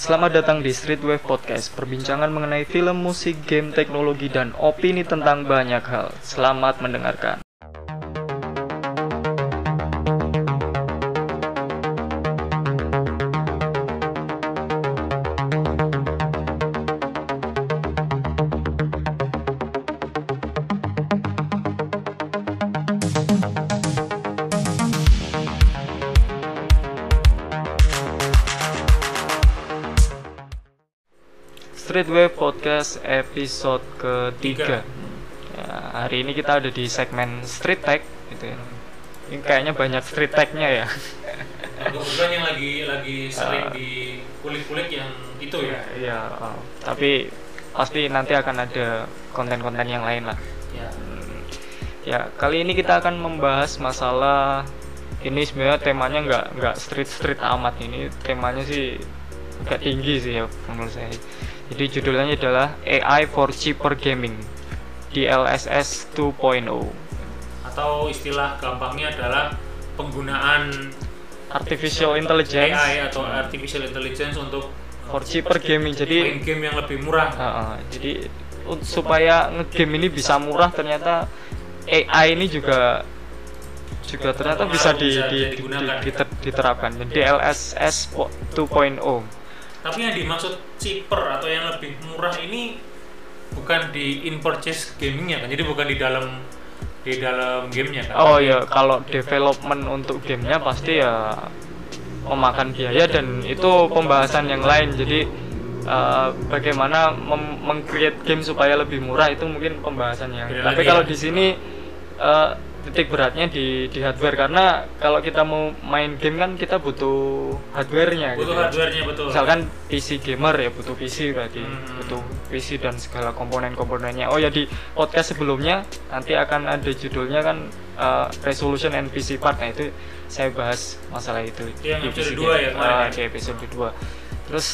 Selamat datang di Streetwave Podcast, perbincangan mengenai film, musik, game, teknologi, dan opini tentang banyak hal. Selamat mendengarkan. Streetwave Podcast episode ketiga. Ya, hari ini kita ada di segmen Street Tag gitu ya. Ini kayaknya banyak Street Tag-nya ya. Kebetulan yang lagi sering di kulik-kulik yang itu ya. Iya, tapi pasti nanti akan ada konten-konten yang lain lah. Ya. Ya, kali ini kita akan membahas masalah ini sebenarnya temanya nggak street amat, ini temanya sih agak tinggi sih ya menurut saya. Jadi judulnya adalah AI for Cheaper Gaming, DLSS 2.0, Atau istilah gampangnya adalah penggunaan Artificial Intelligence AI atau Artificial Intelligence untuk for cheaper gaming. Jadi main game yang lebih murah. Jadi supaya ngegame ini bisa murah, ternyata AI ini juga ternyata bisa diterapkan. DLSS 2.0. Tapi yang dimaksud cheaper atau yang lebih murah ini bukan di in-purchase gamingnya kan, jadi bukan di dalam gamenya kan? Oh iya, kalau development untuk gamenya pasti ya memakan biaya, dan itu pembahasan yang lain. Jadi bagaimana meng-create game supaya lebih murah itu mungkin pembahasan yang. Tapi kalau di sini titik beratnya di hardware, karena kalau kita mau main game kan kita butuh hardware-nya. Butuh gitu. hardware-nya, betul. Misalkan PC gamer ya butuh PC berarti, butuh PC dan segala komponen-komponennya. Oh ya, di podcast sebelumnya nanti akan ada judulnya kan resolution and PC part. Nah itu saya bahas masalah itu yang di episode 2 ya kemarin. Di episode 2. Terus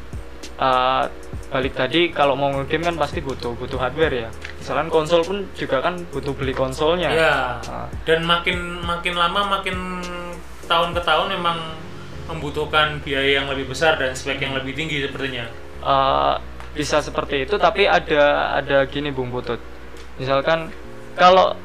balik tadi, kalau mau ngegame kan pasti butuh hardware ya. Misalkan konsol pun juga kan butuh beli konsolnya. Ya. Dan makin lama, makin tahun ke tahun memang membutuhkan biaya yang lebih besar dan spek yang lebih tinggi sepertinya. Bisa seperti itu, tapi ada gini Bung Putut. Misalkan kalau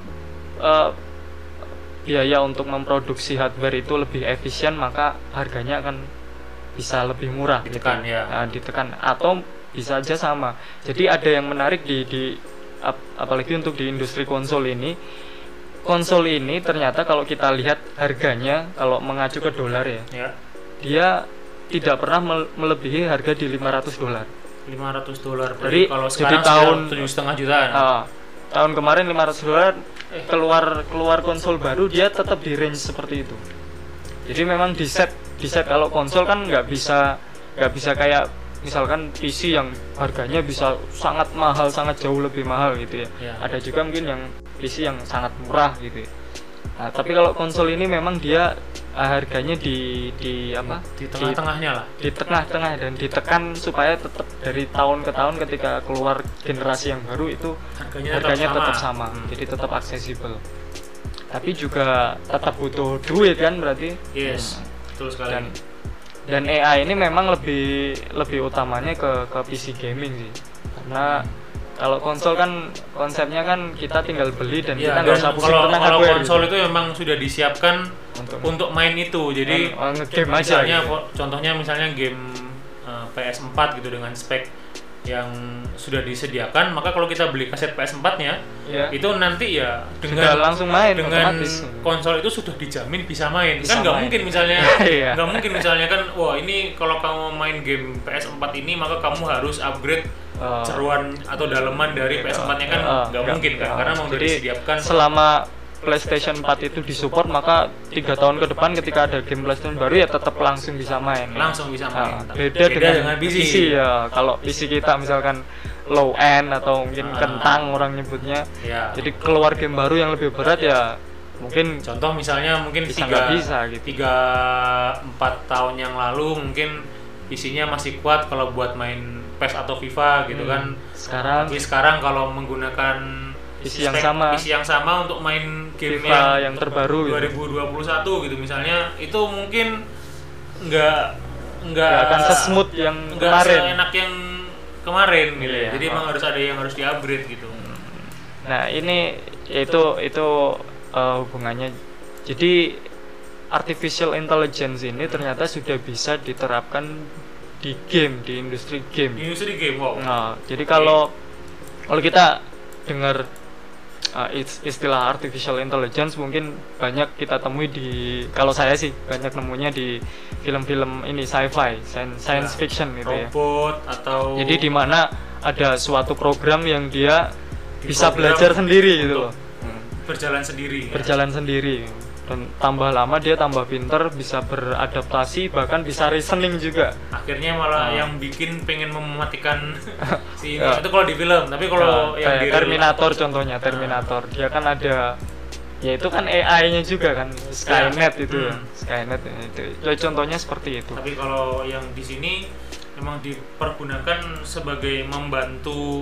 biaya untuk memproduksi hardware itu lebih efisien, maka harganya akan bisa lebih murah, ditekan gitu. ya. Ditekan atau bisa aja sama. Jadi ada yang menarik di apalagi untuk di industri konsol ini. Konsol ini ternyata kalau kita lihat harganya, kalau mengacu ke dolar ya, dia tidak pernah melebihi harga di $500. $500. Jadi kalau sekarang tahun 7,5 jutaan. Tahun kemarin $500, keluar konsol baru dia tetap di range seperti itu. Jadi memang di set kalau konsol kan nggak bisa kayak misalkan PC yang harganya bisa sangat mahal, sangat jauh lebih mahal gitu ya. Ada juga mungkin yang PC yang sangat murah gitu ya. Nah, tapi kalau konsol ini memang dia harganya di tengah-tengahnya lah. Di tengah-tengah dan ditekan supaya tetap dari tahun ke tahun ketika keluar generasi yang baru itu harganya tetap sama. Jadi tetap aksesibel. Tapi juga tetap butuh duit kan berarti. Yes, betul sekali. Dan AI ini memang lebih utamanya ke PC gaming sih. Karena kalau konsol kan konsepnya kan kita tinggal beli dan kita nggak usah pusing tentang hardware. Kalau konsol itu memang sudah disiapkan untuk main itu. Jadi ngegame aja. Contohnya misalnya game PS4 gitu dengan spek yang sudah disediakan, maka kalau kita beli kaset PS4-nya itu nanti ya dengan langsung main dengan otomatis. Konsol itu sudah dijamin bisa main. Kan nggak mungkin misalnya kan, wah ini kalau kamu main game PS4 ini maka kamu harus upgrade seruan atau daleman dari PS4-nya kan nggak mungkin kan, karena mau disediakan. Selama PlayStation 4 itu disupport, maka 3 tahun ke depan ketika ada game PlayStation baru ya tetap langsung bisa main. Beda dengan PC ya. Kalau PC kita misalkan low end atau mungkin kentang orang nyebutnya. Jadi keluar game baru yang lebih berat ya mungkin. Contoh misalnya mungkin 3-4 tahun yang lalu mungkin PC-nya masih kuat kalau buat main PES atau FIFA gitu kan. Sekarang kalau menggunakan PC yang sama untuk main game yang terbaru 2021 gitu misalnya, itu mungkin nggak nggak akan sesmooth yang kemarin, enak yang kemarin gitu ya. Jadi emang harus ada yang harus di-upgrade gitu. Nah, ini itu hubungannya. Jadi artificial intelligence ini ternyata sudah bisa diterapkan di game, di industri game. Di industri game, wow. Nah, jadi kalau kita dengar istilah artificial intelligence mungkin banyak kita temui kalau saya sih banyak nemunya di film-film ini sci-fi, science fiction gitu ya. Robot atau jadi di mana ada suatu program yang dia bisa belajar sendiri gitu loh. Berjalan sendiri. Dan tambah lama dia tambah pinter, bisa beradaptasi, bahkan bisa reasoning juga. Akhirnya malah yang bikin pengen mematikan si ini. Itu kalau di film, tapi kalau yang di Terminator contohnya, Terminator dia kan ada, ya itu kan AI-nya juga kan, Skynet itu ya. Skynet itu. Contohnya seperti itu. Tapi kalau yang di sini memang dipergunakan sebagai membantu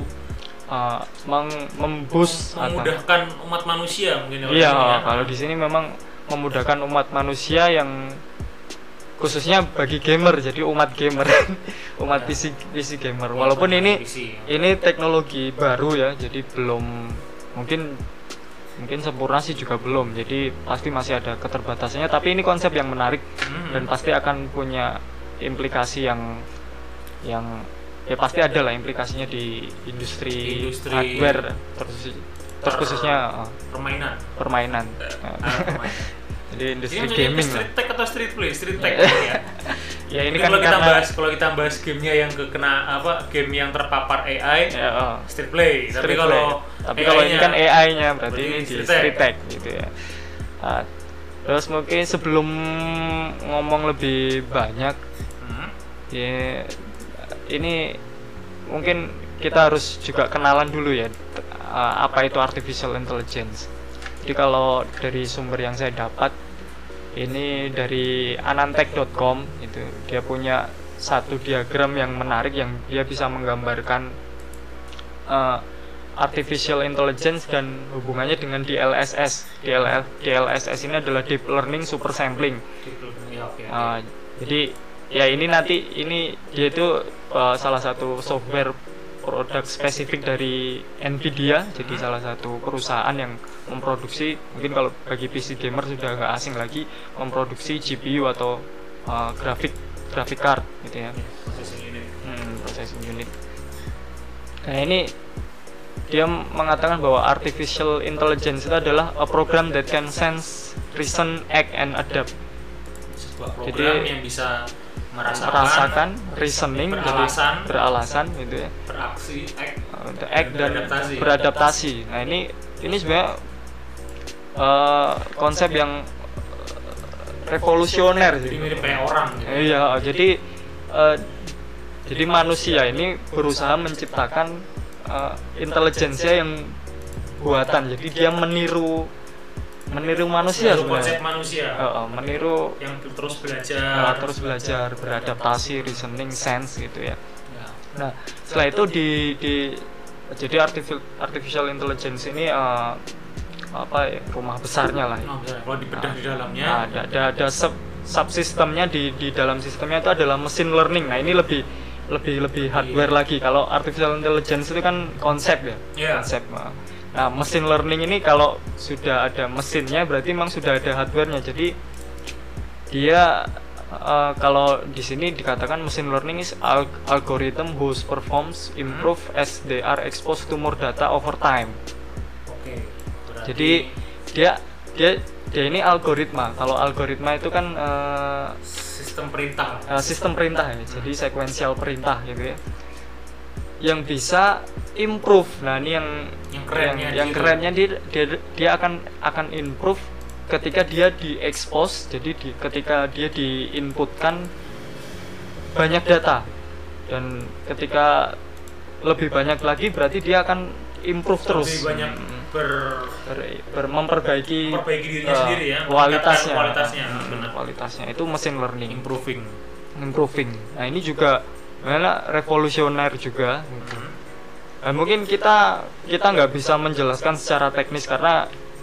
memudahkan umat manusia mungkin. Iya, kalau di sini memang memudahkan umat manusia yang khususnya bagi gamer, jadi umat gamer, umat PC gamer. Walaupun ini teknologi baru ya, jadi belum mungkin sempurna sih juga belum. Jadi pasti masih ada keterbatasannya. Tapi ini konsep yang menarik dan pasti akan punya implikasi yang ya pasti ada lah implikasinya di industri hardware terus khususnya permainan. Jadi industri gaming lah. Street tech atau street play? Street tech ya. Ya ini kan kalau kita bahas gamenya yang kena game yang terpapar AI, street play. Tapi kalau ini kan AI-nya berarti ini di street tech gitu ya. Terus mungkin sebelum ngomong lebih banyak, ya ini mungkin kita harus juga kenalan dulu ya apa itu artificial intelligence. Jadi kalau dari sumber yang saya dapat ini dari anantech.com, itu dia punya satu diagram yang menarik yang dia bisa menggambarkan artificial intelligence dan hubungannya dengan DLSS. DLSS ini adalah deep learning super sampling. Jadi ya ini dia itu salah satu software produk spesifik dari Nvidia, jadi salah satu perusahaan yang memproduksi, mungkin kalau bagi PC gamer sudah nggak asing lagi, memproduksi GPU atau graphic card gitu ya, processing unit. Nah ini dia mengatakan bahwa artificial intelligence itu adalah a program that can sense, reason, act, and adapt. Sebuah program yang bisa merasakan, reasoning, beralasan gitu ya, beraksi, act dan beradaptasi. Nah ini sebenarnya konsep yang revolusioner sih. Mirip kayak orang gitu. Iya, jadi manusia ini berusaha menciptakan intelijensia yang buatan. Jadi dia meniru manusia sebenarnya. Konsep manusia. Meniru yang terus belajar, beradaptasi, reasoning, sense gitu ya. Nah, setelah itu jadi artificial intelligence ini rumah besarnya lah. Kalau dibedah di dalamnya ada subsistemnya di dalam sistemnya itu adalah machine learning. Nah, ini lebih hardware lagi. Kalau artificial intelligence itu kan konsep ya. Konsep. Nah, machine learning ini kalau sudah ada mesinnya berarti memang sudah ada hardwarenya. Jadi dia kalau di sini dikatakan machine learning is algorithm whose performs improve as they are exposed to more data over time. Oke. Jadi dia ini algoritma. Kalau algoritma itu kan sistem perintah. Sistem perintah ya. Jadi sekuensial perintah gitu ya. Yang bisa improve. Nah, ini yang kerennya dia akan improve ketika dia diekspos. Jadi ketika dia diinputkan banyak data, dan ketika lebih banyak lagi berarti dia akan improve terus. Lebih banyak memperbaiki dirinya sendiri ya, kualitasnya itu machine learning, improving. Nah, ini juga revolusioner juga. Nah, mungkin kita nggak bisa menjelaskan secara teknis karena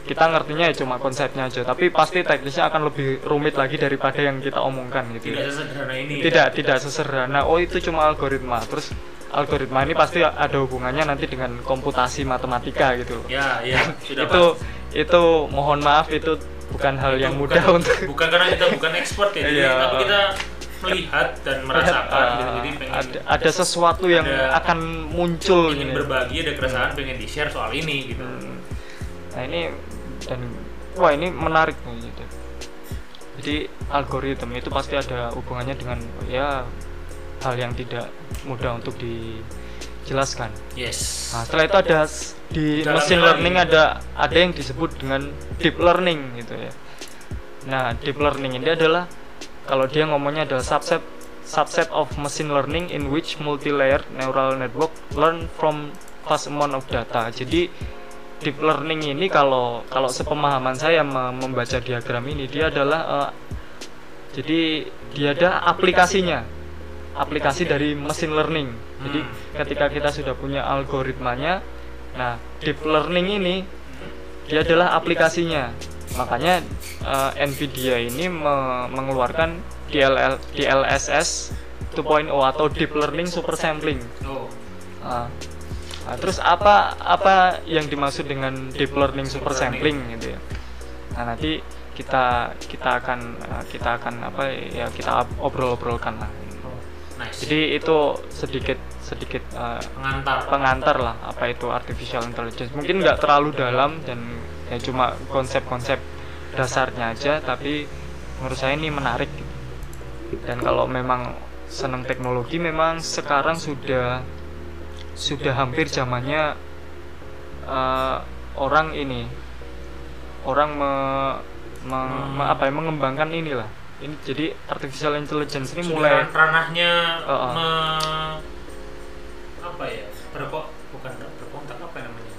kita ngertinya ya cuma konsepnya aja, tapi pasti teknisnya akan lebih rumit lagi daripada yang kita omongkan gitu. Tidak sesederhana ini. Tidak sesederhana. Oh itu cuma algoritma. Terus algoritma ini pasti ada hubungannya nanti dengan komputasi matematika gitu. Ya, sudah itu mohon maaf itu bukan hal yang mudah untuk. Bukan karena kita bukan expert ya, tapi kita melihat dan merasakan gitu. Jadi pengen ada sesuatu yang akan muncul, ingin berbagi, ada keresahan, pengen di-share soal ini gitu. Nah ini ini menarik nih gitu. Jadi algoritma itu pasti ada hubungannya dengan ya hal yang tidak mudah untuk dijelaskan. Yes. Nah, setelah itu ada di machine learning ada yang disebut dengan deep learning gitu ya. Nah, deep learning ini adalah kalau dia ngomongnya adalah subset of machine learning in which multi-layer neural network learn from vast amount of data. Jadi deep learning ini kalau sepemahaman saya membaca diagram ini, dia adalah jadi dia ada aplikasi dari machine learning. Jadi ketika kita sudah punya algoritmanya, nah deep learning ini dia adalah aplikasinya. Makanya Nvidia ini mengeluarkan DLSS 2.0 atau deep learning super sampling. Nah, terus apa yang dimaksud dengan deep learning super sampling gitu ya? Nah, nanti kita akan kita obrol-obrolkan lah. Nice. Jadi itu sedikit pengantar lah apa itu artificial intelligence. Mungkin nggak terlalu dalam dan ya cuma konsep-konsep dasarnya aja, tapi menurut saya ini menarik. Dan kalau memang senang teknologi, memang sekarang sudah hampir zamannya orang mengembangkan inilah. Ini jadi artificial intelligence ini sudah mulai ranahnya berkontak apa namanya?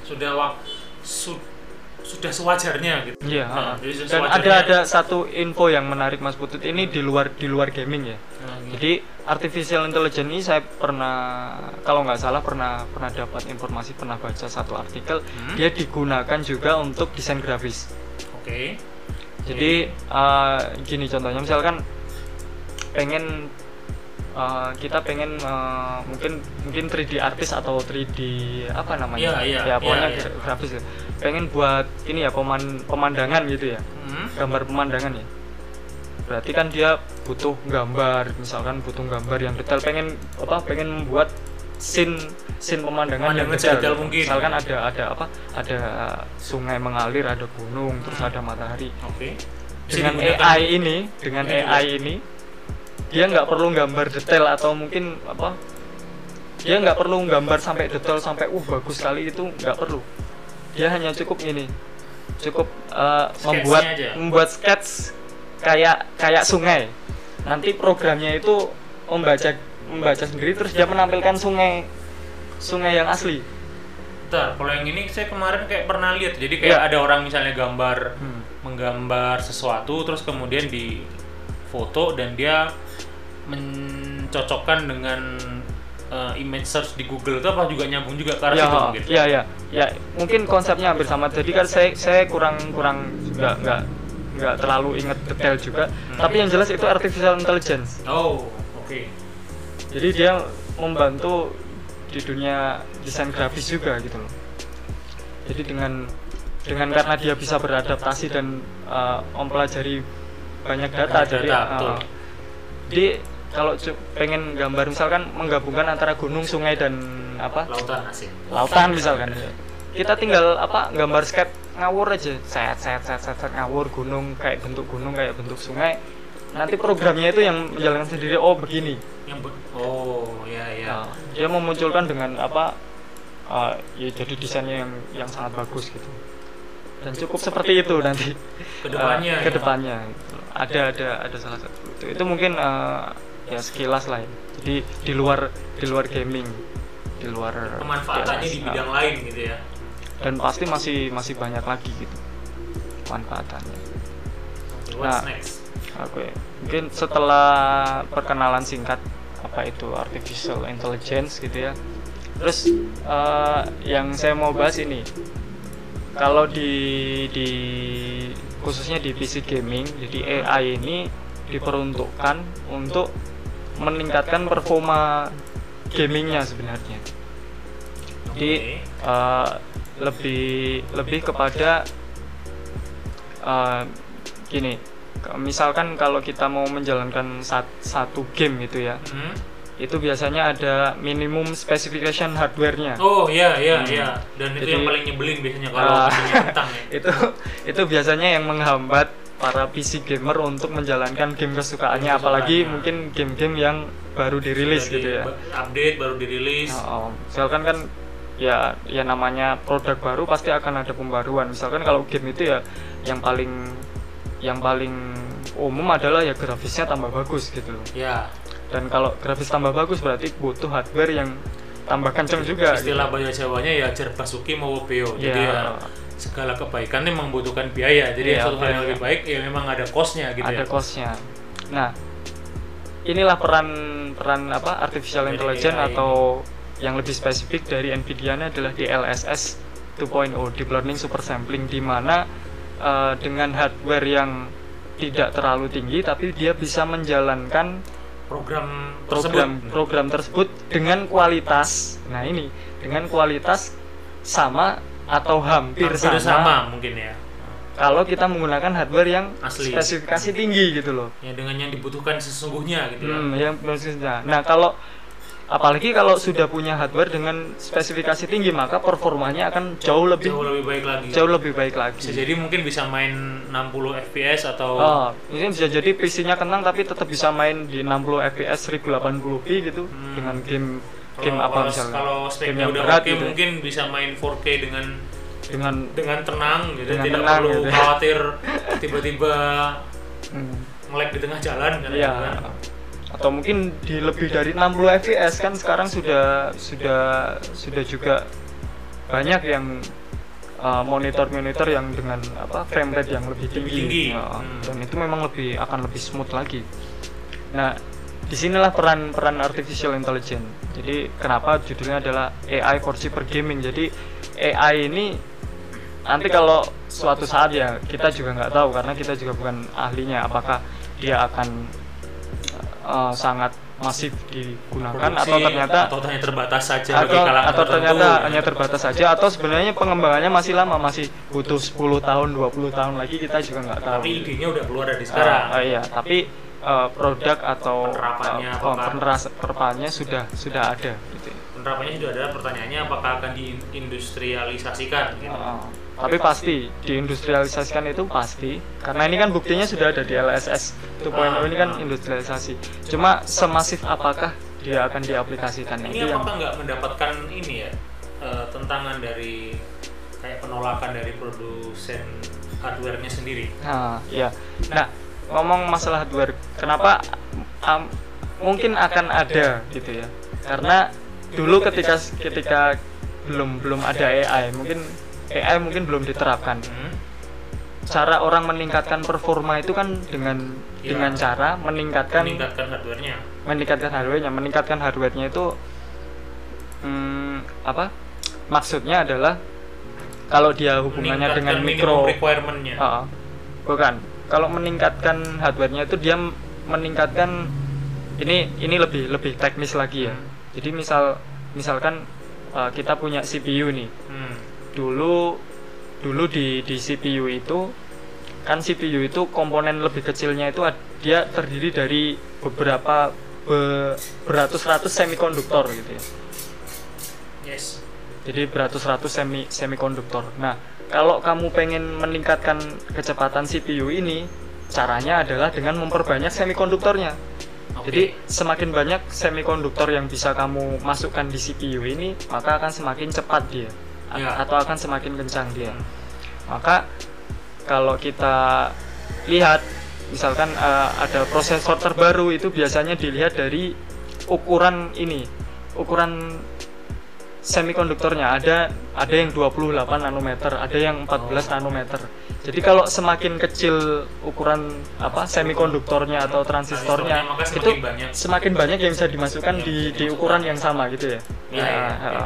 Sudah sewajarnya gitu. Iya, dan ada satu info yang menarik Mas Putut ini di luar gaming ya. Jadi artificial intelligence ini saya kalau nggak salah pernah dapat informasi, pernah baca satu artikel, dia digunakan juga untuk desain grafis. Oke. Jadi gini contohnya, misalkan kita pengen mungkin 3D artist atau 3D apa namanya? Pokoknya grafis. Pengen buat ini ya pemandangan gitu ya. Gambar pemandangan ya. Berarti kan dia butuh gambar, misalkan butuh gambar yang detail, pengen membuat scene pemandangan yang detail mungkin. Misalkan ada sungai mengalir, ada gunung, terus ada matahari. Oke. Dengan AI ini dia nggak perlu gambar detail atau mungkin dia nggak perlu gambar sampai detail sampai bagus sekali, itu nggak perlu. Dia hanya cukup membuat sketch kayak sungai. Nanti programnya itu membaca sendiri, terus dia menampilkan sungai yang asli. Bentar, kalau yang ini saya kemarin kayak pernah lihat. Jadi kayak ada orang misalnya menggambar sesuatu, terus kemudian di foto dan dia mencocokkan dengan image search di Google, itu apa juga nyambung juga ke arah situ mungkin? Iya, mungkin konsepnya hampir sama. Jadi kan saya kurang nggak terlalu ingat detail juga. Tapi yang jelas itu artificial intelligence. Oh, oke. Jadi dia membantu di dunia desain grafis juga gitu loh. Jadi dengan karena dia bisa beradaptasi dan mempelajari banyak data dari jadi kalau pengen gambar misalkan menggabungkan antara gunung, sungai dan lautan misalkan, kita tinggal gambar sketch ngawur aja, set ngawur gunung, kayak bentuk sungai, nanti programnya itu yang menjalankan sendiri. Begini dia memunculkan dengan jadi desainnya yang sangat bagus gitu, dan cukup seperti itu nanti kedepannya gitu. Ada salah satu itu mungkin ya sekilas lah ya. Jadi di luar gaming, di luar pemanfaatannya di bidang lain gitu ya, dan pasti masih banyak lagi gitu manfaatannya. What's next? Mungkin setelah perkenalan singkat apa itu artificial intelligence gitu ya, terus yang saya mau bahas ini kalau di khususnya di PC gaming, jadi AI ini diperuntukkan untuk meningkatkan performa gamingnya sebenarnya. Jadi lebih kepada gini, misalkan kalau kita mau menjalankan satu game gitu ya, itu biasanya ada minimum specification hardware-nya. Oh iya. Dan itu yang paling nyebelin biasanya kalau kentang ya. Itu biasanya yang menghambat para PC gamer untuk menjalankan game kesukaannya, apalagi mungkin game-game yang baru dirilis gitu ya. Update baru dirilis. Misalkan kan ya namanya produk baru pasti akan ada pembaruan. Misalkan kalau game itu ya yang paling umum adalah ya grafisnya tambah bagus gitu loh. Ya. Dan kalau grafis tambah bagus berarti butuh hardware yang tambah kencang juga. Istilah bahasa Jawanya ya Jerbasuki mau Beo. Jadi ya segala kebaikan memang membutuhkan biaya. Jadi suatu hal yang lebih baik ya memang ada cost-nya gitu. Ada cost-nya. Nah, inilah peran artificial intelligence atau yang lebih spesifik dari Nvidia-nya adalah DLSS 2.0, Deep Learning Super Sampling, di mana dengan hardware yang tidak terlalu tinggi tapi dia bisa menjalankan program tersebut dengan kualitas. Nah, ini dengan kualitas sama atau hampir sama mungkin ya. Kalau kita menggunakan hardware yang spesifikasi tinggi gitu loh. Ya, dengan yang dibutuhkan sesungguhnya gitu ya. Yang sesungguhnya. Nah, apalagi kalau sudah punya hardware dengan spesifikasi tinggi, maka performanya akan jauh lebih baik lagi. Bisa jadi mungkin bisa main 60 fps atau ini bisa jadi PC-nya kentang tapi tetap bisa main di 60 fps 1080p gitu dengan game apa misalnya. Kalau speknya udah oke gitu, mungkin bisa main 4K dengan tenang gitu, tidak perlu khawatir tiba-tiba nge-lag di tengah jalan kan. Atau mungkin di lebih dari 60 fps kan sekarang sudah juga banyak yang monitor yang dengan frame rate yang lebih tinggi. Dan itu memang akan lebih smooth lagi. Nah, disinilah peran artificial intelligence. Jadi kenapa judulnya adalah AI for cheaper gaming. Jadi AI ini nanti kalau suatu saat ya kita juga nggak tahu karena kita juga bukan ahlinya, apakah dia akan sangat masif digunakan atau ternyata hanya terbatas saja atau ternyata hanya terbatas saja, atau sebenarnya pengembangannya masih lama, masih butuh 10 tahun 20 tahun lagi, kita juga nggak tahu. Tapi idenya udah keluar dari sekarang. Tapi produk atau penerapannya sudah ada gitu. Penerapannya sudah ada, pertanyaannya apakah akan diindustrialisasikan gitu. Tapi pasti diindustrialisasikan, itu pasti, karena ini kan buktinya sudah ada di LSS 2.0 ini kan industrialisasi. Cuma semasif apakah dia akan diaplikasikan? Ini itu apakah nggak mendapatkan ini ya tentangan dari kayak penolakan dari produsen hardware-nya sendiri? Nah, ngomong masalah hardware, kenapa mungkin akan ada gitu ya? Karena dulu ketika belum ada AI mungkin belum diterapkan. Cara orang meningkatkan performa itu kan dengan cara meningkatkan hardware-nya. Meningkatkan hardware-nya itu maksudnya adalah kalau dia hubungannya dengan mikro requirement-nya. Bukan. Kalau meningkatkan hardware-nya itu dia meningkatkan ini lebih teknis lagi ya. Jadi misalkan kita punya CPU nih. Dulu di CPU itu kan, CPU itu komponen lebih kecilnya itu dia terdiri dari beberapa beratus-ratus semikonduktor gitu ya. Yes. Jadi beratus-ratus semikonduktor. Nah, kalau kamu pengen meningkatkan kecepatan CPU ini, caranya adalah dengan memperbanyak semikonduktornya. Jadi semakin banyak semikonduktor yang bisa kamu masukkan di CPU ini, maka akan semakin cepat dia. Atau akan semakin kencang dia. Maka kalau kita lihat misalkan ada prosesor terbaru, itu biasanya dilihat dari ukuran semikonduktornya. Ada yang 28 nanometer, ada yang 14 nanometer. Jadi kalau semakin kecil ukuran semikonduktornya atau transistornya, itu semakin banyak yang bisa dimasukkan di ukuran yang sama gitu ya.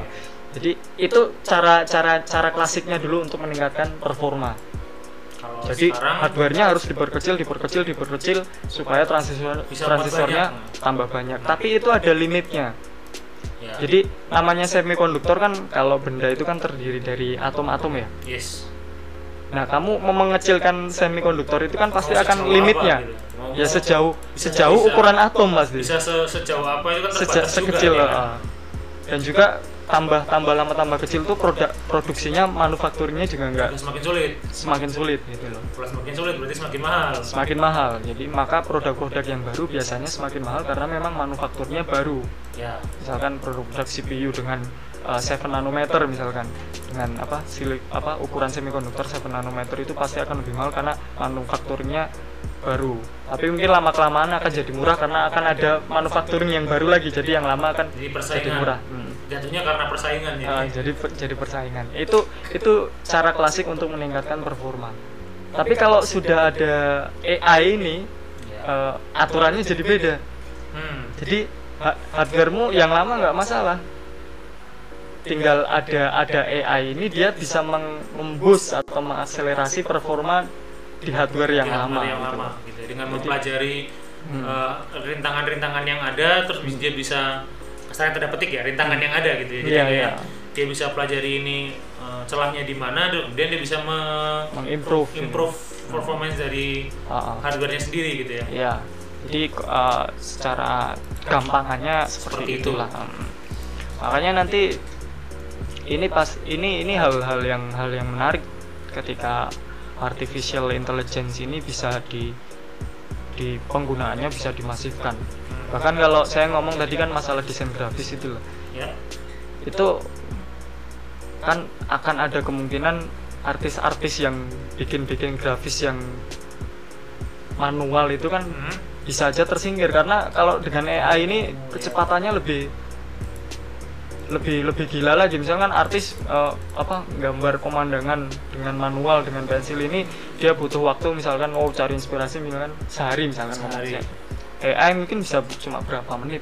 Jadi itu cara klasiknya dulu untuk meningkatkan performa. Jadi hardware-nya harus diperkecil supaya transisornya tambah banyak. Tapi itu ada limitnya. Ya. Jadi namanya semikonduktor kan, kalau benda itu kan terdiri dari atom-atom ya. Yes. Nah, kamu mengecilkan semikonduktor itu kan pasti akan limitnya. Gitu? Ya sejauh ukuran atom pasti. Bisa sejauh apa itu kan terbatas sekecil juga. Ya. Dan juga tambah lama tambah kecil tuh produksinya, manufakturnya juga enggak semakin sulit gitu loh. Semakin sulit berarti semakin mahal. Jadi maka produk-produk yang baru biasanya semakin mahal karena memang manufakturnya baru. Ya. Misalkan produk CPU dengan 7 nanometer misalkan, dengan ukuran semikonduktor 7 nanometer itu pasti akan lebih mahal karena manufakturnya baru. Tapi mungkin lama-kelamaan akan jadi murah karena akan ada manufakturing yang baru lagi, jadi yang lama akan jadi murah. Jatuhnya karena persaingan ya. Jadi persaingan. Itu cara klasik untuk meningkatkan performa. Tapi kalau sudah ada AI ini, aturannya jadi beda. Jadi hardwaremu yang lama nggak masalah. Tinggal ada AI ini, dia bisa memboost atau mengakselerasi performa di hardware yang lama. Gitu. Dengan mempelajari rintangan-rintangan yang ada, terus dia bisa, secara tanda petik ya, rintangan yang ada gitu ya. Jadi dia bisa pelajari ini celahnya di mana, kemudian dia bisa improve performance dari hardware-nya sendiri gitu ya. Iya. Jadi secara gampangannya seperti itulah. Makanya nanti ini hal yang menarik ketika artificial intelligence ini bisa di penggunaannya bisa dimasifkan. Bahkan kalau saya ngomong tadi kan masalah desain grafis itu loh. Ya. Itu kan akan ada kemungkinan artis-artis yang bikin grafis yang manual itu kan bisa aja tersingkir, karena kalau dengan AI ini kecepatannya lebih gila lagi. Misalkan artis gambar pemandangan dengan manual dengan pensil ini, dia butuh waktu misalkan cari inspirasi misalkan sehari misalkan. AI mungkin bisa cuma berapa menit,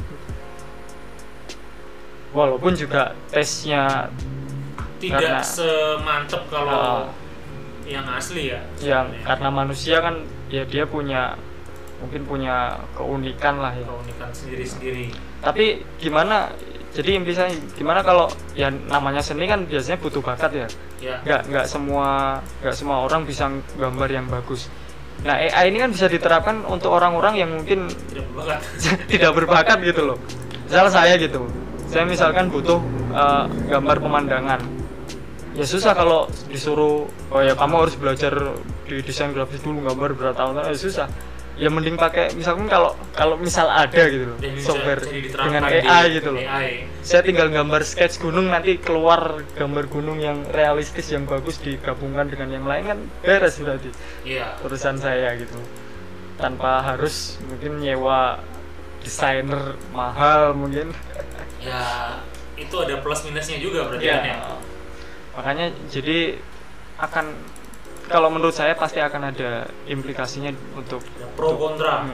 walaupun juga tesnya tidak semantap kalau yang asli ya. Karena manusia kan ya dia mungkin punya keunikan lah ya. Keunikan sendiri-sendiri. Tapi gimana? Jadi misalnya gimana kalau ya namanya seni kan biasanya butuh bakat ya. Nggak semua orang bisa gambar yang bagus. Nah, AI ini kan bisa diterapkan untuk orang-orang yang mungkin tidak berbakat gitu loh. Misal saya gitu. Saya misalkan butuh gambar pemandangan. Ya susah kalau disuruh kamu harus belajar di desain grafis dulu, gambar bertahun-tahun, susah. Ya mending pakai misalkan kalau misal ada gitu loh software dengan AI gitu loh. Saya tinggal gambar sketch gunung, nanti keluar gambar gunung yang realistis yang bagus, digabungkan dengan yang lain kan beres berarti. Urusan saya gitu. Tanpa harus mungkin nyewa desainer mahal mungkin. Ya, itu ada plus minusnya juga berarti kan ya. Makanya jadi kalau menurut saya pasti akan ada implikasinya untuk pro kontra.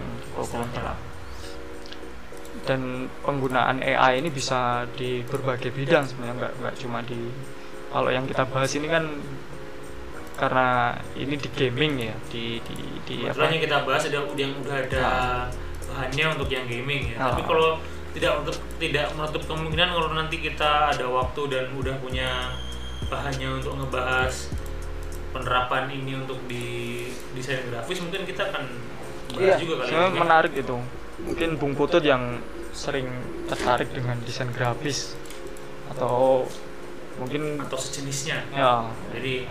Dan penggunaan AI ini bisa di berbagai bidang sebenarnya, nggak cuma kalau yang kita bahas ini kan karena ini di gaming ya, yang kita bahas yang udah ada bahannya untuk yang gaming ya. Tapi kalau tidak menutup kemungkinan kalau nanti kita ada waktu dan udah punya bahannya untuk ngebahas penerapan ini untuk di desain grafis, mungkin kita akan bahas juga kali ini. Menarik itu. Mungkin Bung Putut yang sering tertarik dengan desain grafis atau sejenisnya. Ya. Jadi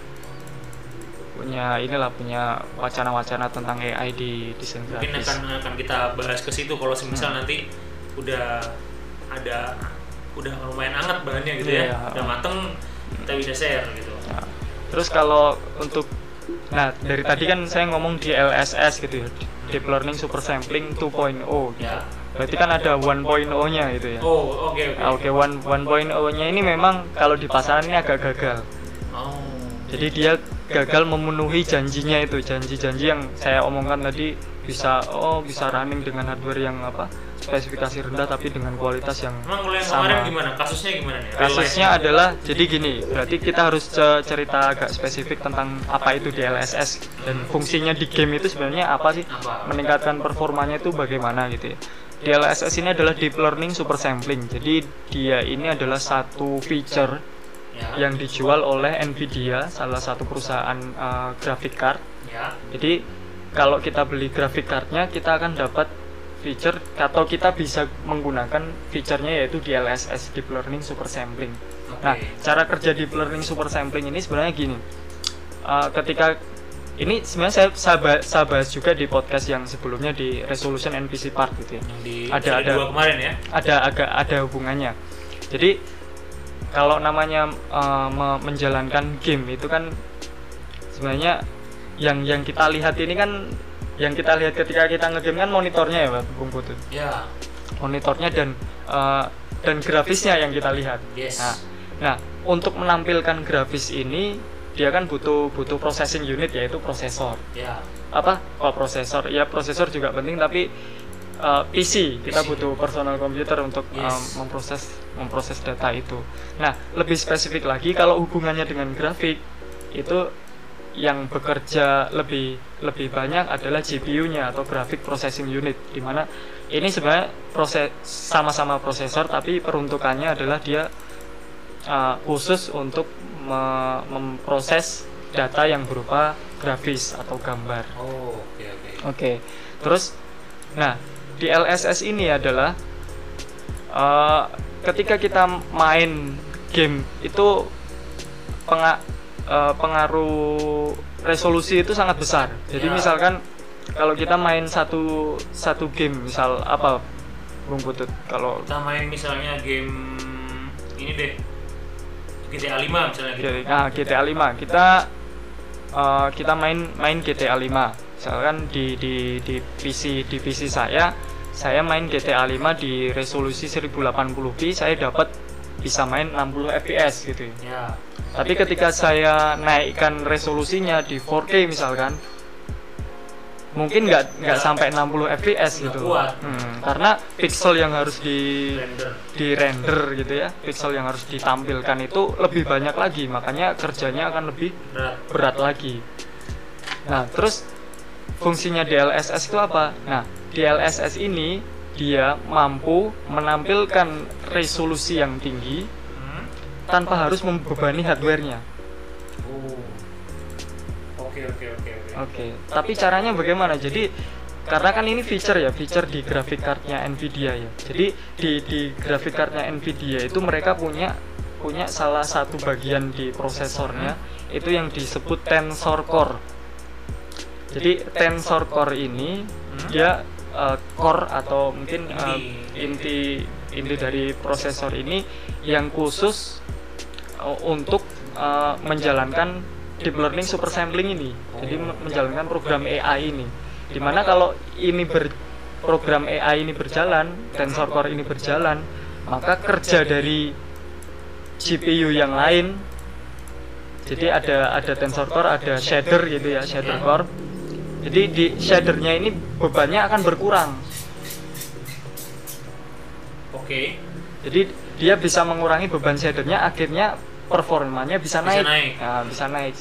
punya wacana-wacana tentang AI di desain grafis. Mungkin akan kita bahas ke situ kalau semisal nanti udah lumayan hangat bahannya gitu ya. Udah mateng, kita bisa share gitu. Terus kalau untuk dari tadi kan saya ngomong di LSS gitu ya, Deep Learning Super Sampling 2.0 gitu. Berarti kan ada 1.0-nya gitu ya. Oke, 1.0-nya ini memang kalau di pasaran ini agak gagal. Jadi dia gagal memenuhi janjinya itu, janji yang saya omongkan tadi, bisa running dengan hardware yang spesifikasi rendah tapi dengan kualitas yang Emang mulai sama. Kemarin gimana? Kasusnya gimana nih? Kasusnya adalah jadi gini, berarti kita harus cerita agak spesifik tentang apa itu DLSS dan fungsinya di game itu sebenarnya apa sih? Meningkatkan performanya itu bagaimana gitu ya. DLSS ini adalah Deep Learning Super Sampling. Jadi dia ini adalah satu feature yang dijual oleh Nvidia, salah satu perusahaan graphic card. Jadi kalau kita beli graphic cardnya, kita akan dapat feature atau kita bisa menggunakan featurenya yaitu DLSS, Deep Learning Super Sampling. Nah, cara kerja Deep Learning Super Sampling ini sebenarnya gini. Ketika ini sebenarnya saya bahas juga di podcast yang sebelumnya di Resolution NPC Part gitu ya. Ada kemarin ya. Ada hubungannya. Jadi kalau namanya menjalankan game itu kan sebenarnya yang kita lihat ini kan, yang kita lihat ketika kita ngegame kan monitornya ya Bung Putut. Ya. Monitornya dan grafisnya yang kita lihat. Yes. Nah, untuk menampilkan grafis ini dia kan butuh processing unit yaitu prosesor. Ya. Apa? Kalau prosesor, ya prosesor juga penting tapi PC kita butuh personal computer untuk memproses data itu. Nah, lebih spesifik lagi kalau hubungannya dengan grafik itu yang bekerja lebih banyak adalah GPU-nya atau Graphic Processing Unit, di mana ini sebenarnya sama-sama prosesor tapi peruntukannya adalah dia khusus untuk memproses data yang berupa grafis atau gambar. Oke. Terus, nah DLSS ini adalah ketika kita main game itu pengaruh resolusi itu sangat besar. Jadi misalkan kalau kita main satu game, misal apa Bung Putut, kalau kita main misalnya game ini deh, GTA 5 misalnya gitu. GTA 5 kita main GTA 5 misalkan di PC saya main GTA 5 di resolusi 1080p, saya dapat bisa main 60 fps gitu ya. Tapi ketika saya naikkan resolusinya di 4K misalkan, mungkin nggak sampai 60 fps gitu. Karena pixel yang harus di render gitu ya, pixel yang harus ditampilkan itu lebih banyak lagi, makanya kerjanya akan lebih berat lagi. Nah, terus fungsinya DLSS itu apa? Nah, DLSS ini dia mampu menampilkan resolusi yang tinggi tanpa harus membebani hardware-nya. Oke. Tapi caranya bagaimana? Jadi karena kan ini feature di graphic card-nya Nvidia ya. Jadi di graphic card-nya Nvidia itu mereka punya salah satu bagian di prosesornya itu yang disebut Tensor Core. Jadi Tensor Core ini dia core atau mungkin inti dari prosesor ini yang khusus untuk menjalankan Deep Learning Super Sampling ini. Jadi menjalankan program AI ini. Dimana kalau ini program AI ini berjalan, Tensor Core ini berjalan, maka kerja dari GPU yang lain, jadi ada Tensor Core, ada shader gitu ya, shader core. Jadi di shadernya ini bebannya akan berkurang. Jadi dia bisa mengurangi beban shadernya, akhirnya performanya bisa naik. Nah, bisa naik.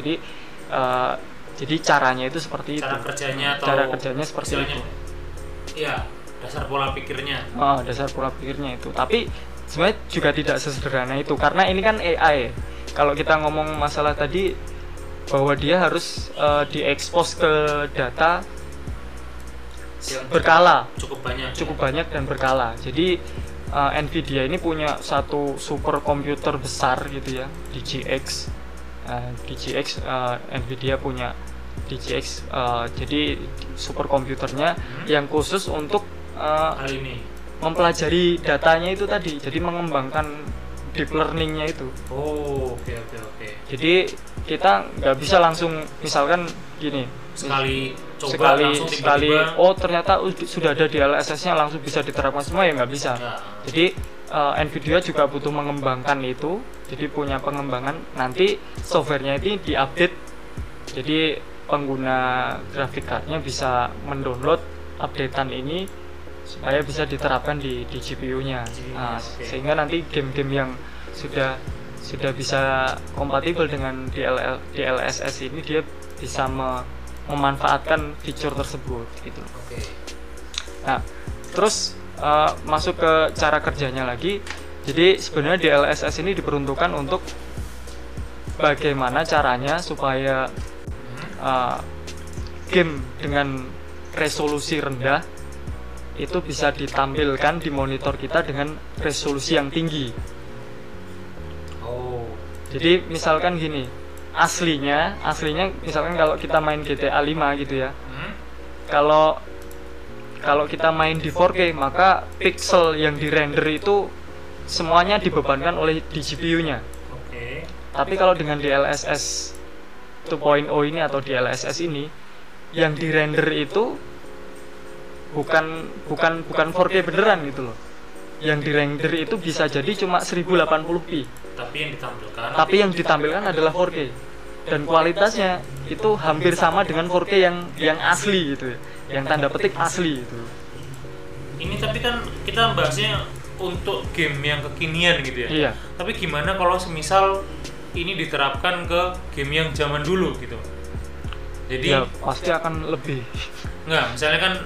Jadi caranya itu seperti itu. Cara kerjanya seperti itu. Iya, dasar pola pikirnya. Dasar pola pikirnya itu. Tapi sebenarnya juga tidak sesederhana itu, karena ini kan AI. Kalau kita ngomong masalah tadi bahwa dia harus diekspos ke data yang berkala, cukup banyak dan berkala. Jadi Nvidia ini punya satu superkomputer besar gitu ya, DGX. Nvidia punya DGX, jadi superkomputernya yang khusus untuk hal ini, mempelajari datanya itu tadi, jadi mengembangkan deep learningnya itu. Oke. Jadi kita nggak bisa langsung misalkan gini, sekali ternyata sudah ada di DLSS-nya langsung bisa diterapkan semua, ya nggak bisa. Jadi Nvidia juga butuh mengembangkan itu, jadi punya pengembangan, nanti softwarenya itu diupdate, jadi pengguna graphic card-nya bisa mendownload updatean ini supaya bisa diterapkan di GPU-nya. Nah, sehingga nanti game-game yang sudah bisa kompatibel dengan DLSS ini dia bisa memanfaatkan fitur tersebut gitu. Nah, terus masuk ke cara kerjanya lagi. Jadi sebenarnya DLSS ini diperuntukkan untuk bagaimana caranya supaya game dengan resolusi rendah itu bisa ditampilkan di monitor kita dengan resolusi yang tinggi. Jadi misalkan gini, aslinya misalkan kalau kita main GTA 5 gitu ya. Kalau kita main di 4K, maka pixel yang dirender itu semuanya dibebankan oleh di GPU-nya. Tapi kalau dengan DLSS 2.0 ini atau DLSS ini, yang dirender itu bukan 4K beneran gitu loh. Yang dirender itu bisa jadi cuma 1080p. Tapi yang ditampilkan adalah 4K. Dan kualitasnya itu hampir sama dengan 4K yang asli gitu ya. Yang tanda petik asli gitu. Ini tapi kan kita bahasnya untuk game yang kekinian gitu ya. Iya. Tapi gimana kalau semisal ini diterapkan ke game yang zaman dulu gitu? Jadi ya pasti akan lebih. Enggak, misalnya kan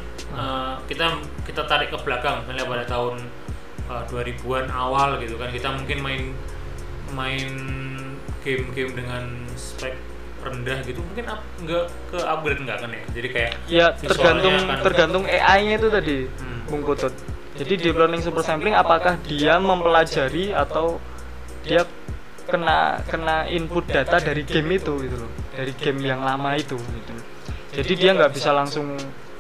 kita tarik ke belakang, misalnya pada tahun 2000-an awal gitu kan, kita mungkin main game-game dengan spek rendah gitu, mungkin nggak ke upgrade nggak kan ya? Jadi kayak ya tergantung AI-nya itu tadi, Bung Putut. Jadi deep learning super sampling apakah dia mempelajari atau dia kena input data dari game itu gitu loh, dari game yang lama itu gitu. Jadi dia nggak bisa langsung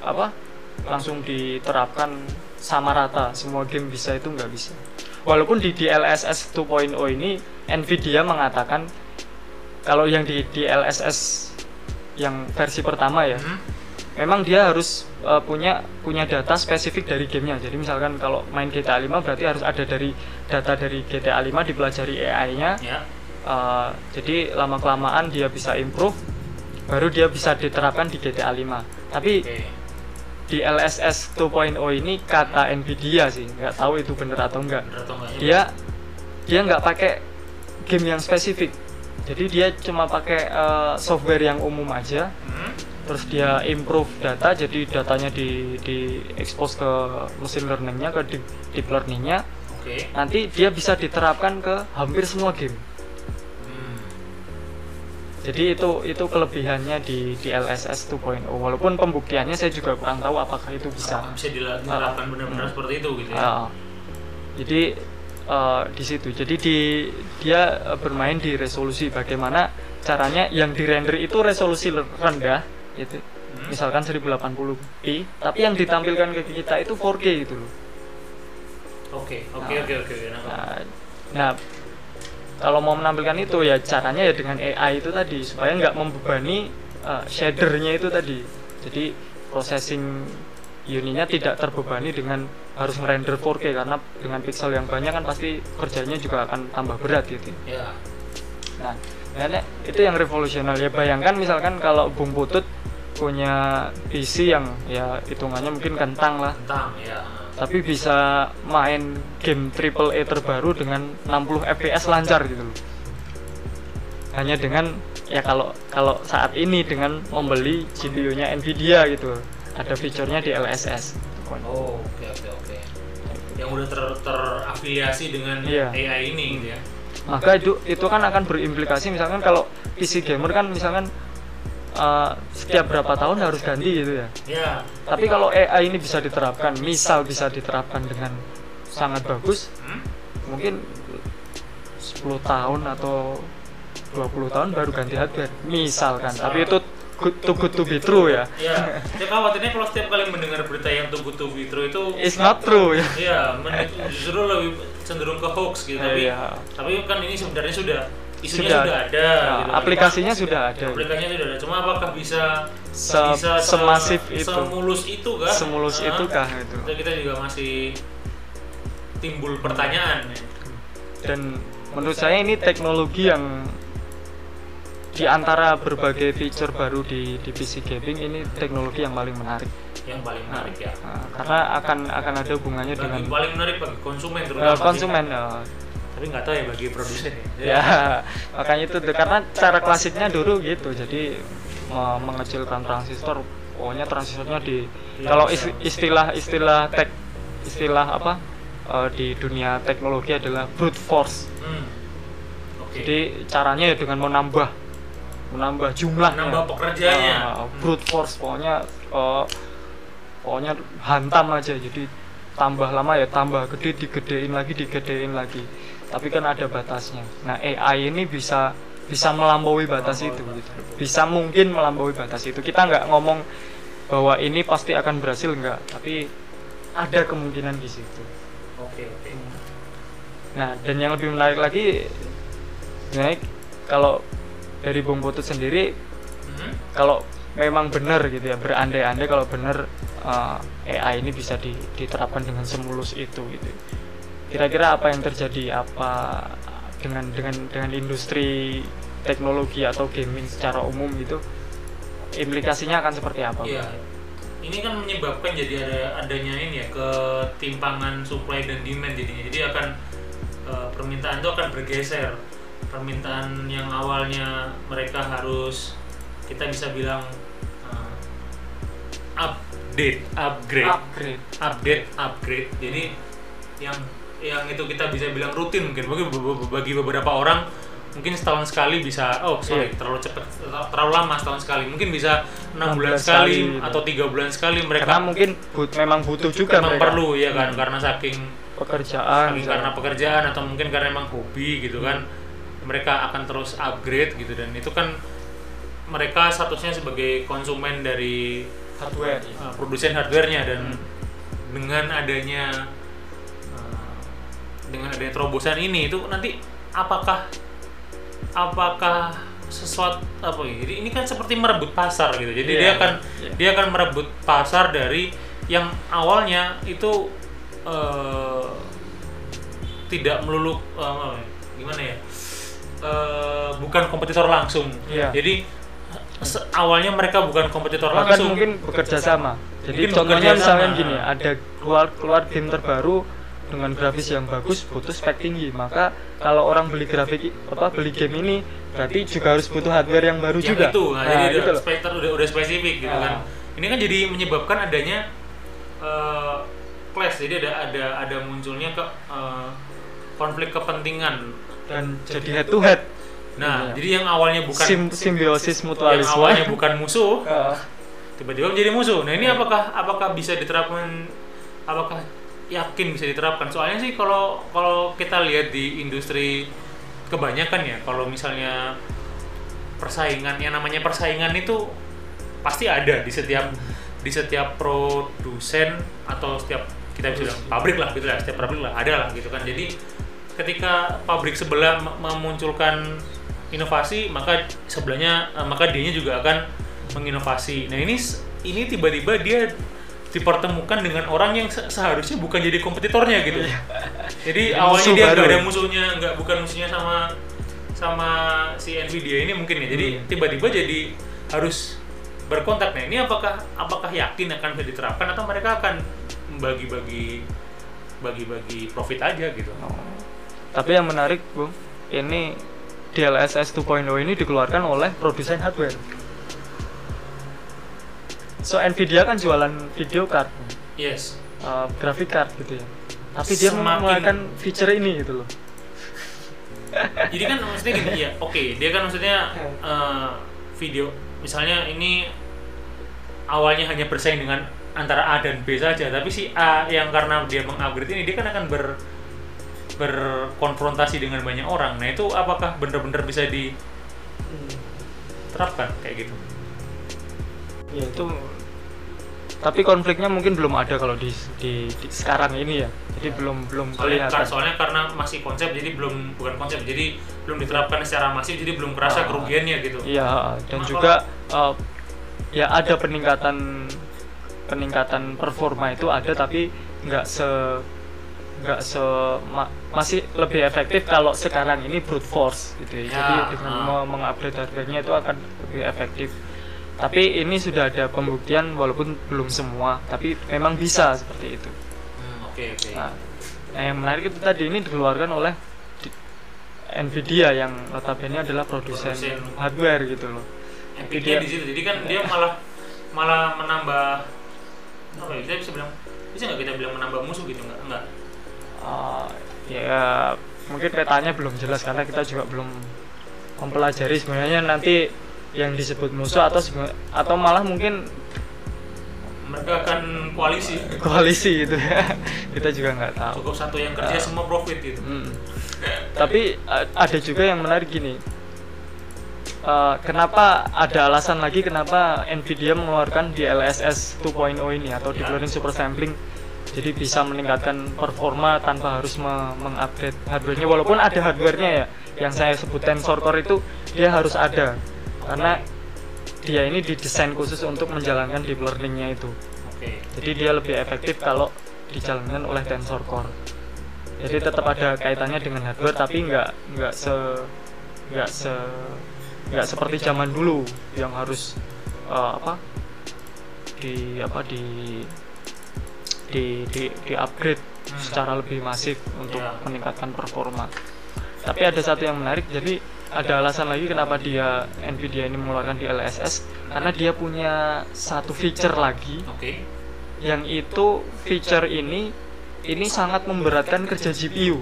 diterapkan sama rata semua game bisa, itu nggak bisa. Walaupun di DLSS 2.0 ini Nvidia mengatakan kalau yang di DLSS yang versi pertama ya, memang dia harus punya data spesifik dari gamenya. Jadi misalkan kalau main GTA 5 berarti harus ada data dari GTA 5 dipelajari AI-nya. Jadi lama-kelamaan dia bisa improve, baru dia bisa diterapkan di GTA 5. Tapi di LSS 2.0 ini kata Nvidia sih, nggak tahu itu benar atau enggak. Dia nggak pakai game yang spesifik. Jadi dia cuma pakai software yang umum aja. Terus dia improve data, jadi datanya di expose ke machine learning-nya, ke deep learning-nya. Nanti dia bisa diterapkan ke hampir semua game. Jadi itu kelebihannya di LSS 2.0. Walaupun pembuktiannya saya juga kurang tahu apakah itu bisa diterapkan benar-benar seperti itu gitu ya. Jadi di situ. Jadi dia bermain di resolusi, bagaimana caranya yang dirender itu resolusi rendah gitu. Misalkan 1080p, tapi yang ditampilkan ke kita itu 4K gitu loh. Oke. Nah, kalau mau menampilkan itu ya caranya ya dengan AI itu tadi, supaya nggak membebani shadernya itu tadi. Jadi processing unitnya tidak terbebani dengan harus merender 4K, karena dengan pixel yang banyak kan pasti kerjanya juga akan tambah berat gitu. Nah, itu yang revolusional ya. Bayangkan misalkan kalau Bung Putut punya PC yang ya hitungannya mungkin kentang lah. Tapi bisa main game AAA terbaru dengan 60 fps lancar gitu loh. Hanya dengan ya kalau saat ini dengan membeli GPU-nya Nvidia gitu. Ada fiturnya di LSS. Oke. Yang udah terafiliasi dengan AI ini gitu ya. Maka itu kan akan berimplikasi, misalkan kalau PC gamer kan misalkan setiap berapa tahun harus ganti gitu ya. Tapi kalau AI ini bisa diterapkan dengan sangat bagus, mungkin 10 tahun atau 20 tahun baru ganti hardware misalkan. Tapi itu too good to be true ya. Ya khawatirnya kalau setiap kali mendengar berita yang too good to be true itu it's not true ya. Justru lebih cenderung ke hoax gitu. Tapi kan ini sebenarnya sudah ada, gitu. Aplikasinya sudah ada. Cuma apakah bisa semasif itu, semulus itu kah? Itu kita juga masih timbul pertanyaan. Dan menurut saya ini teknologi yang di antara berbagai fitur baru di PC gaming, ini teknologi yang paling menarik. yang paling menarik ya. Karena akan ada hubungannya dengan paling menarik bagi konsumen terutama. Konsumen. Tapi nggak tahu ya bagi produsen ya. Ya, makanya itu karena cara klasiknya dulu gitu. Jadi mengecilkan transistor, pokoknya transistornya kalau istilah di dunia teknologi adalah brute force. Okay. Jadi caranya ya dengan menambah jumlah, menambah pekerjaannya. Brute force, pokoknya hantam aja. Jadi tambah lama ya tambah gede, digedein lagi. Tapi kan ada batasnya. Nah, AI ini bisa melampaui batas itu gitu. Bisa mungkin melampaui batas itu. Kita nggak ngomong bahwa ini pasti akan berhasil, enggak, tapi ada kemungkinan di situ. Oke. Nah, dan yang lebih menarik lagi, kalau dari Bung Putut sendiri, kalau memang benar gitu ya, berandai-andai kalau benar AI ini bisa diterapkan dengan semulus itu gitu. Kira-kira apa yang terjadi, apa dengan industri teknologi atau gaming secara umum gitu, implikasinya akan seperti apa? Iya, ini kan menyebabkan jadi adanya ini ya, ketimpangan supply dan demand jadinya. Jadi akan permintaan itu akan bergeser. Permintaan yang awalnya mereka harus, kita bisa bilang upgrade. Jadi yang itu kita bisa bilang rutin mungkin bagi beberapa orang mungkin setahun sekali bisa terlalu lama setahun sekali, mungkin bisa 6 bulan sekali atau 3 bulan sekali mereka, karena mungkin memang butuh juga, memang perlu ya kan, karena saking pekerjaan karena pekerjaan atau mungkin karena memang hobi gitu kan, mereka akan terus upgrade gitu. Dan itu kan mereka statusnya sebagai konsumen dari hardware, produsen hardwarenya. Dan dengan adanya terobosan ini itu nanti apakah sesuatu apa ya? Jadi ini kan seperti merebut pasar gitu. Jadi dia akan merebut pasar dari yang awalnya itu tidak melulu gimana ya? Bukan kompetitor langsung. Jadi awalnya mereka bukan kompetitor langsung. Mungkin bekerja sama. Jadi contohnya misalnya gini, ada keluar game terbaru dengan grafis yang bagus, butuh spek tinggi, maka kalau orang beli beli game ini berarti juga harus butuh hardware yang baru juga. Itu, jadi gitu udah spesifik gitu kan. Ini kan jadi menyebabkan adanya clash, jadi ada munculnya konflik kepentingan dan jadi head to head. Nah, jadi yang awalnya bukan simbiosis mutualisme, yang awalnya bukan musuh, tiba-tiba menjadi musuh. Nah, ini apakah bisa diterapkan? Apakah yakin bisa diterapkan? Soalnya sih kalau kita lihat di industri kebanyakan ya, kalau misalnya persaingan, yang namanya persaingan itu pasti ada di setiap produsen atau setiap, kita bisa bilang pabrik lah gitu lah, setiap pabrik lah ada lah gitu kan. Jadi ketika pabrik sebelah memunculkan inovasi, maka dianya juga akan menginovasi. Nah, ini tiba-tiba dia dipertemukan dengan orang yang seharusnya bukan jadi kompetitornya gitu. Jadi awalnya dia nggak ada musuhnya, bukan musuhnya sama si Nvidia ini mungkin ya. Jadi tiba-tiba jadi harus berkontak. Nah, ini apakah yakin akan bisa diterapkan atau mereka akan bagi-bagi profit aja gitu. Tapi yang menarik, Bung, ini DLSS 2.0 ini dikeluarkan oleh produsen hardware. So Nvidia kan jualan video card, yes, graphic card gitu ya. Tapi dia mengeluarkan feature ini gitu loh. Jadi kan maksudnya gini ya, dia kan maksudnya video, misalnya ini awalnya hanya bersaing dengan antara A dan B saja, tapi si A yang karena dia mengupgrade ini dia kan akan berkonfrontasi dengan banyak orang. Nah, itu apakah benar-benar bisa diterapkan kayak gitu? Ya itu, tapi konfliknya mungkin belum ada kalau di sekarang ini ya. Jadi belum kelihatan. Soalnya karena masih konsep, jadi belum diterapkan secara masif, jadi belum kerasa kerugiannya gitu. Iya, dan juga ya ada peningkatan performa itu ada, tapi masih lebih efektif kalau sekarang ini brute force gitu ya. Jadi dengan mengupgrade hardware-nya itu akan lebih efektif. Tapi ini sudah ada pembuktian walaupun belum semua, tapi memang bisa seperti itu. Oke. Nah, yang menarik itu tadi ini dikeluarkan oleh Nvidia yang notabene adalah produsen hardware gitu loh. Nvidia di situ. Jadi kan dia malah menambah apa ya? Bisa nggak kita bilang menambah musuh gitu enggak? Ya mungkin petanya belum jelas karena kita juga belum mempelajari sebenarnya nanti yang disebut musuh atau malah mungkin mereka akan koalisi gitu ya. Kita juga nggak tahu. Cukup satu yang kerja semua profit gitu. Tapi ada juga yang menarik gini. Kenapa ada alasan lagi kenapa Nvidia mengeluarkan DLSS 2.0 ini atau Deep Learning Super Sampling, jadi bisa meningkatkan performa tanpa harus mengupgrade hardware-nya, walaupun ada hardware-nya ya, yang saya sebut Tensor Core itu dia harus ada karena dia ini didesain khusus untuk menjalankan deep learning-nya itu. Jadi dia lebih efektif kalau dijalankan oleh Tensor Core. Jadi tetap ada kaitannya dengan hardware tapi nggak seperti zaman dulu yang harus di upgrade secara lebih masif untuk meningkatkan performa. Tapi ada satu yang menarik, jadi ada alasan lagi kenapa Nvidia ini mengeluarkan DLSS, karena dia punya satu feature lagi, yang itu feature ini sangat memberatkan kerja GPU.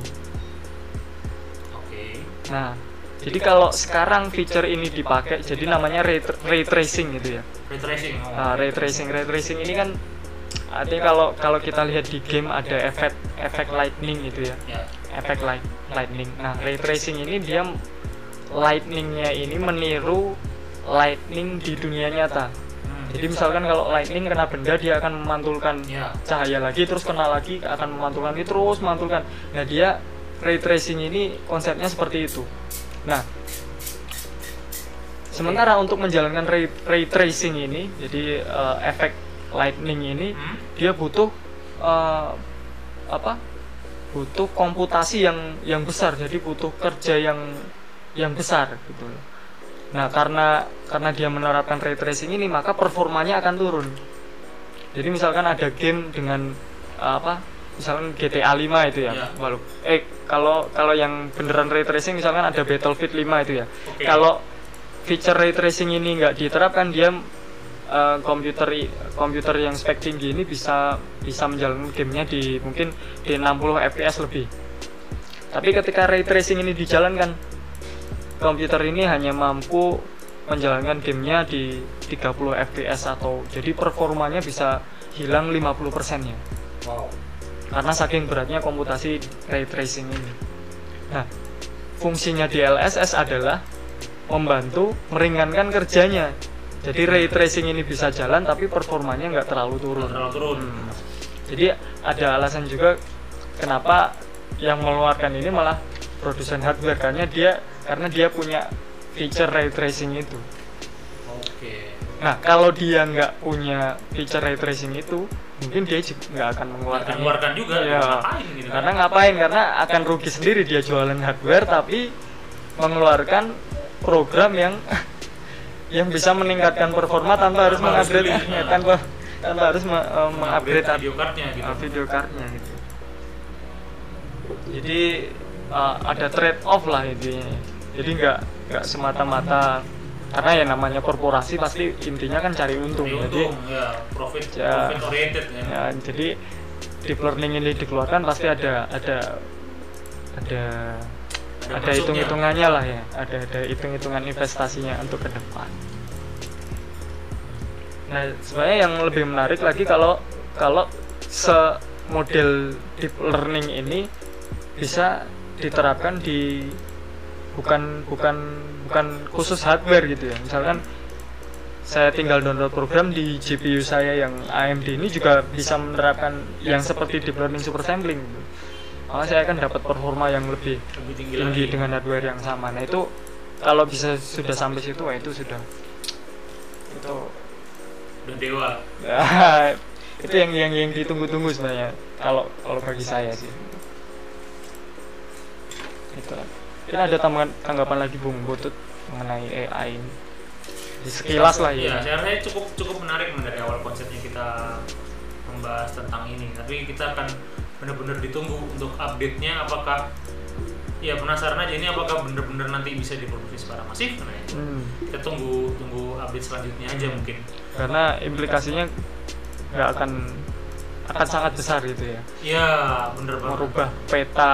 Nah, jadi kalau sekarang feature ini dipakai, jadi namanya ray tracing gitu ya. Ray tracing ini kan artinya kalau kita lihat di game ada efek lightning gitu ya. Efek lightning. Nah, ray tracing ini dia lightningnya ini meniru lightning di dunia nyata. Jadi misalkan kalau lightning kena benda dia akan memantulkan cahaya lagi, terus kena lagi akan memantulkan lagi, terus memantulkan. Nah, dia ray tracing ini konsepnya seperti itu. Nah, sementara untuk menjalankan ray tracing ini, jadi efek lightning ini dia butuh butuh komputasi yang besar, jadi butuh kerja yang besar gitu. Nah, karena dia menerapkan ray tracing ini, maka performanya akan turun. Jadi misalkan ada game dengan misalkan GTA 5 itu ya. Kalau yang beneran ray tracing misalkan ada Battlefield 5 itu ya. Kalau feature ray tracing ini nggak diterapkan, dia komputer yang spek tinggi ini bisa menjalankan gamenya mungkin di 60 fps lebih. Tapi ketika ray tracing ini dijalankan, komputer ini hanya mampu menjalankan gamenya di 30 fps atau jadi performanya bisa hilang 50%-nya. Karena saking beratnya komputasi ray tracing ini. Nah, fungsinya DLSS adalah membantu meringankan kerjanya. Jadi ray tracing ini bisa jalan tapi performanya nggak terlalu turun. Jadi ada alasan juga kenapa yang mengeluarkan ini malah produsen hardware, karena dia punya feature ray tracing itu. Nah, kalau dia nggak punya feature ray tracing itu, mungkin dia juga nggak akan mengeluarkan juga. Ya, karena ngapain? Karena akan rugi sendiri dia jualan hardware tapi mengeluarkan program yang bisa meningkatkan performa tanpa harus mengupgrade tanpa harus mengupgrade video cardnya gitu. Jadi ada trade off lah intinya. Jadi nggak semata-mata, karena ya namanya korporasi pasti intinya kan cari untung. Jadi profit oriented kan. Ya, jadi deep learning ini dikeluarkan pasti ada hitung-hitungannya lah ya, ada hitung-hitungan investasinya untuk ke depan. Nah, sebenarnya yang lebih menarik lagi kalau model deep learning ini bisa diterapkan di bukan khusus hardware gitu ya. Misalkan saya tinggal download program di GPU saya yang AMD ini juga bisa menerapkan yang seperti deep learning super sampling gitu. Maka saya akan dapat performa yang lebih tinggi dengan hardware yang sama. Nah, itu kalau bisa sudah sampai situ, itu sudah dewa. Itu yang ditunggu-tunggu sebenarnya kalau bagi saya sih. Itu. Kita ada tanggapan lagi Bung Butut mengenai AI ini. sekilas lah ya. Saya rasa cukup menarik dari awal konsepnya kita membahas tentang ini. Tapi kita akan benar-benar ditunggu untuk update-nya, apakah ya penasaran aja ini apakah benar-benar nanti bisa diproduksi secara masif. Kita tunggu update selanjutnya aja mungkin. Karena implikasinya nggak akan sangat besar gitu ya. Iya, benar banget. Merubah peta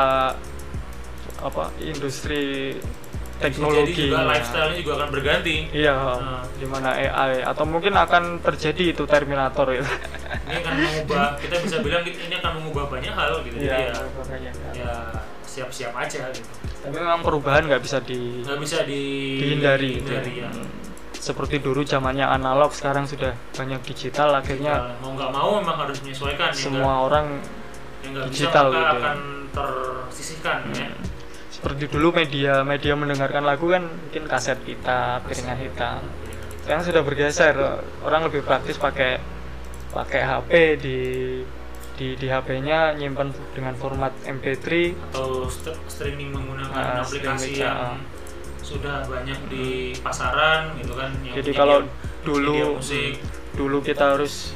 industri teknologi. Jadi juga lifestyle-nya juga akan berganti. Iya, di mana AI atau mungkin akan terjadi itu Terminator itu. Ini akan mengubah, kita bisa bilang ini akan mengubah banyak hal gitu. Iya, ya siap-siap aja gitu. Tapi memang perubahan nggak bisa dihindari. Ya. Seperti dulu zamannya analog, sekarang sudah banyak digital, akhirnya mau nggak mau memang harus menyesuaikan. Semua orang yang digital bisa, gitu. Akan tersisihkan ya. Seperti dulu media mendengarkan lagu kan mungkin kaset kita, piringan hitam. Sekarang sudah bergeser, orang lebih praktis pakai HP di HP-nya nyimpan dengan format MP3 atau streaming menggunakan aplikasi yang sudah banyak di pasaran gitu kan. Jadi kalau dulu kita harus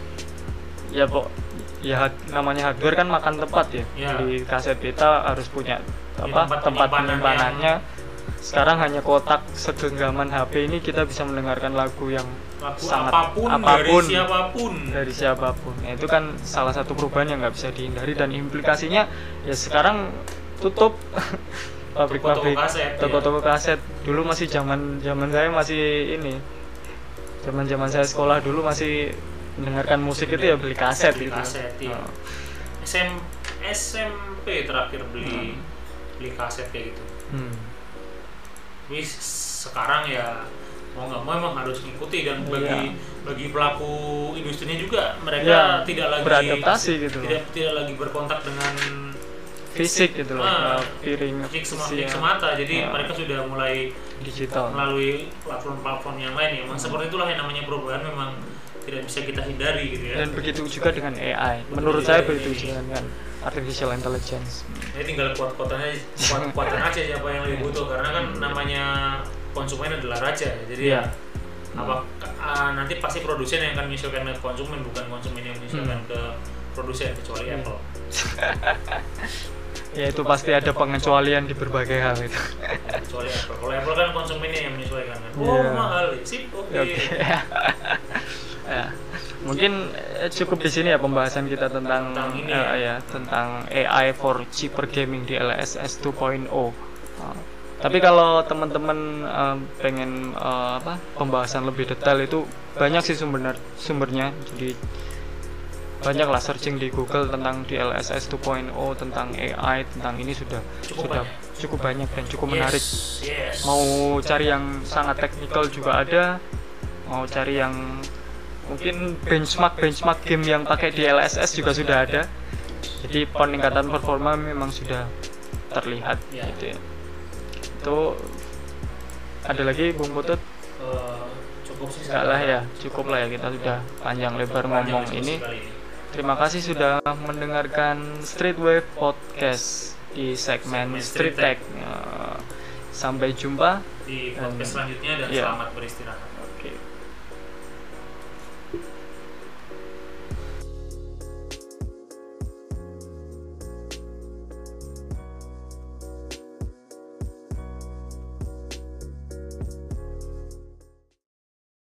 namanya hardware kan makan tempat ya. Di kaset kita harus punya tempat penyimpanannya. Sekarang hanya kotak segenggaman HP ini kita bisa mendengarkan lagu yang sangat apapun dari siapapun. Nah, itu kan salah satu perubahan yang nggak bisa dihindari, dan implikasinya ya sekarang tutup pabrik-pabrik toko-toko kaset. Dulu masih zaman saya masih zaman saya sekolah dulu masih mendengarkan musik itu ya beli kaset gitu. Iya. SMP terakhir beli kaset kayak gitu. Tapi sekarang ya mau nggak mau emang harus mengikuti, dan bagi pelaku industrinya juga mereka tidak lagi beradaptasi gitu, tidak lagi berkontak dengan fisik gitu loh, fisik semata. Jadi mereka sudah mulai digital melalui platform yang lain. Memang seperti itulah yang namanya perubahan, memang tidak bisa kita hindari gitu ya. Dan begitu juga dengan AI. Menurut saya begitu juga dengan artificial intelligence. Jadi tinggal kuatan aja siapa yang lebih butuh, karena kan namanya konsumen adalah raja. Jadi nanti pasti produsen yang akan menyesuaikan ke konsumen, bukan konsumen yang menyesuaikan ke produsen, kecuali Apple. Ya itu pasti ada pengecualian di berbagai hal itu. Kecuali Apple. Kalau Apple kan konsumennya yang menyesuaikan kan. Mahal, sip, oke. Ya, mungkin cukup di sini ya pembahasan kita tentang AI for cheaper gaming di LSS 2.0. Tapi kalau teman-teman pengen pembahasan lebih detail itu banyak sih sumbernya. Jadi banyaklah searching di Google tentang DLSS 2.0, tentang AI, tentang ini sudah cukup banyak dan cukup menarik. Mau cari yang sangat teknikal juga ada, mau cari yang mungkin benchmark game yang pakai DLSS juga sudah ada. Jadi peningkatan performa memang sudah terlihat gitu ya. Itu ada lagi Bung Putut? Cukup lah ya, kita sudah panjang lebar ngomong ini. Terima kasih sudah mendengarkan Streetwave Podcast di segmen Street Tech. Sampai jumpa di podcast selanjutnya, dan selamat beristirahat.